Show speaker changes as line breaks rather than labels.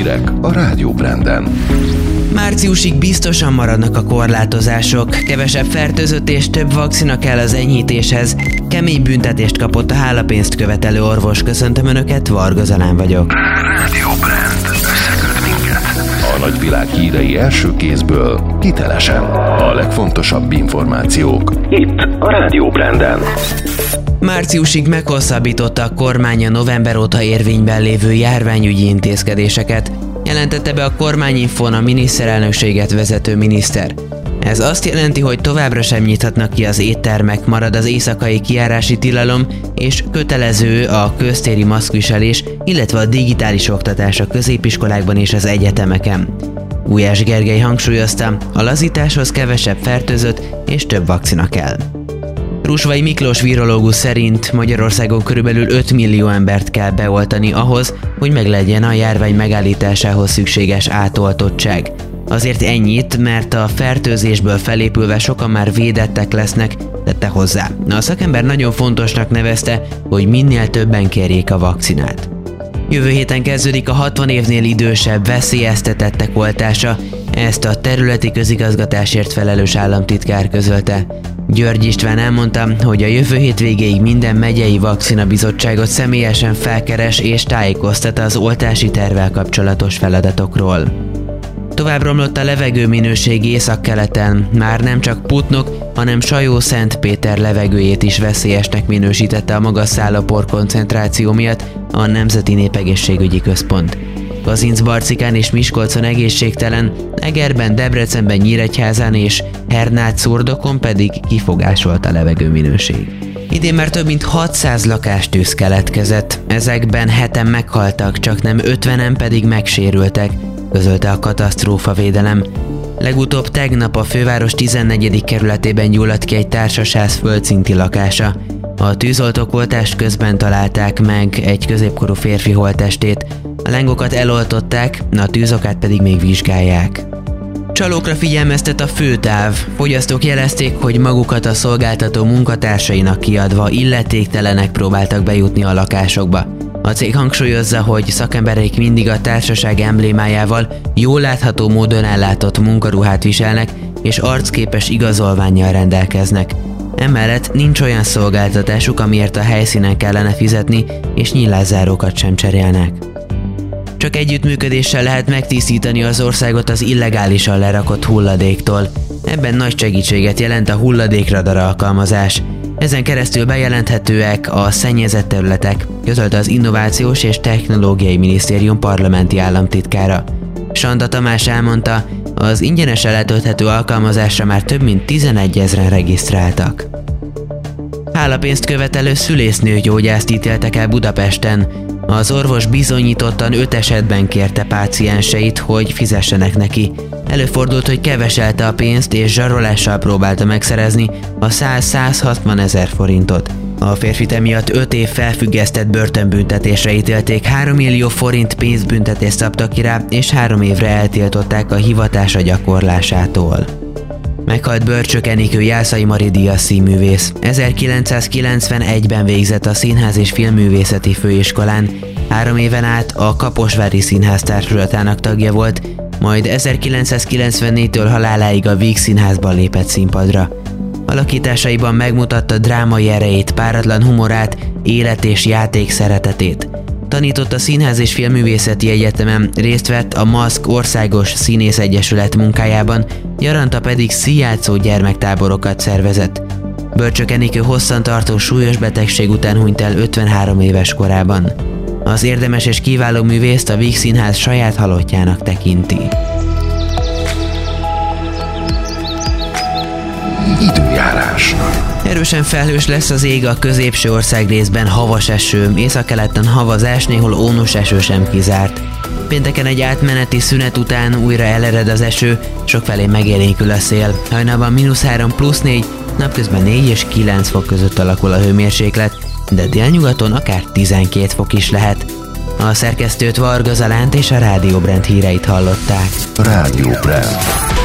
hírek a Rádió Branden.
Márciusig biztosan maradnak a korlátozások, kevesebb fertőzött és több vakcina kell az enyhítéshez. Kemény büntetést kapott a hálapénzt követelő orvos. Köszöntöm Önöket, Varga Zalán vagyok.
Rádió Brand. Összeköt minket. A nagyvilág hírei első kézből, hitelesen. A legfontosabb információk itt a Rádió Branden.
Márciusig meghosszabbította a kormány a november óta érvényben lévő járványügyi intézkedéseket, jelentette be a kormányinfón a miniszterelnökséget vezető miniszter. Ez azt jelenti, hogy továbbra sem nyithatnak ki az éttermek, marad az éjszakai kijárási tilalom, és kötelező a köztéri maszkviselés, illetve a digitális oktatás a középiskolákban és az egyetemeken. Gulyás Gergely hangsúlyozta, a lazításhoz kevesebb fertőzött és több vakcina kell. Rusvai Miklós virológus szerint Magyarországon körülbelül 5 millió embert kell beoltani ahhoz, hogy meglegyen a járvány megállításához szükséges átoltottság. Azért ennyit, mert a fertőzésből felépülve sokan már védettek lesznek, tette hozzá. A szakember nagyon fontosnak nevezte, hogy minél többen kérjék a vakcinát. Jövő héten kezdődik a 60 évnél idősebb veszélyeztetettek oltása, ezt a területi közigazgatásért felelős államtitkár közölte. György István elmondta, hogy a jövő hét végéig minden megyei vakcinabizottságot személyesen felkeres és tájékoztat az oltási tervvel kapcsolatos feladatokról. Tovább romlott a levegőminőség északkeleten, már nem csak Putnok, hanem Sajó-Szentpéter levegőjét is veszélyesnek minősítette a magas szálapor koncentráció miatt a Nemzeti Népegészségügyi Központ. Kazincbarcikán és Miskolcon egészségtelen, Egerben, Debrecenben, Nyíregyházán és Hernád-Szurdokon pedig kifogásolt a levegőminőség. Idén már több mint 600 lakástűz keletkezett, ezekben 7-en meghaltak, csaknem 50-en pedig megsérültek, közölte a katasztrófavédelem. Legutóbb tegnap a főváros 14. kerületében gyulladt ki egy társasház földszinti lakása. A tűzoltók oltást közben találták meg egy középkorú férfi holttestét. A lángokat eloltották, a tűzokát pedig még vizsgálják. Csalókra figyelmeztet a főtáv. Fogyasztók jelezték, hogy magukat a szolgáltató munkatársainak kiadva illetéktelenek próbáltak bejutni a lakásokba. A cég hangsúlyozza, hogy szakembereik mindig a társaság emblémájával jól látható módon ellátott munkaruhát viselnek és arcképes igazolvánnyal rendelkeznek. Emellett nincs olyan szolgáltatásuk, amiért a helyszínen kellene fizetni, és nyílászárókat sem cserélnek. Csak együttműködéssel lehet megtisztítani az országot az illegálisan lerakott hulladéktól. Ebben nagy segítséget jelent a hulladékradar alkalmazás. Ezen keresztül bejelenthetőek a szennyezett területek, közölte az Innovációs és Technológiai Minisztérium parlamenti államtitkára. Sanda Tamás elmondta, az ingyenesen letölthető alkalmazásra már több mint 11 000-en regisztráltak. Hálapénzt követelő szülésznőgyógyászt ítéltek el Budapesten. Az orvos bizonyítottan 5 esetben kérte pácienseit, hogy fizessenek neki. Előfordult, hogy keveselte a pénzt és zsarolással próbálta megszerezni a 100-160 ezer forintot. A férfit emiatt 5 év felfüggesztett börtönbüntetésre ítélték, 3 millió forint pénzbüntetést szabtak ki rá, és 3 évre eltiltották a hivatása gyakorlásától. Meghalt Börcsök Enikő Jászai Mari díjas színművész. 1991-ben végzett a Színház és Filmművészeti Főiskolán, 3 éven át a Kaposvári Színház társulatának tagja volt, majd 1994-től haláláig a Víg Színházban lépett színpadra. Alakításaiban megmutatta drámai erejét, páratlan humorát, élet és játék szeretetét. Tanított a Színház és Filmművészeti Egyetemen, részt vett a MASZK Országos Színészegyesület munkájában, nyaranta pedig színjátszó gyermektáborokat szervezett. Börcsök Enikő hosszantartó súlyos betegség után hunyt el 53 éves korában. Az érdemes és kiváló művészt a Víg Színház saját halottjának tekinti.
Időjárás.
Erősen felhős lesz az ég, a középső ország részben havas eső, északkeleten havazás, néhol ónos eső sem kizárt. Pénteken egy átmeneti szünet után újra elered az eső, sokfelé megélénkül a szél. Hajnalban -3 +4, napközben 4 és 9 fok között alakul a hőmérséklet, de délnyugaton akár 12 fok is lehet. A szerkesztőt, Varga Zalánt és a Rádió Brand híreit hallották.
Rádió Brand.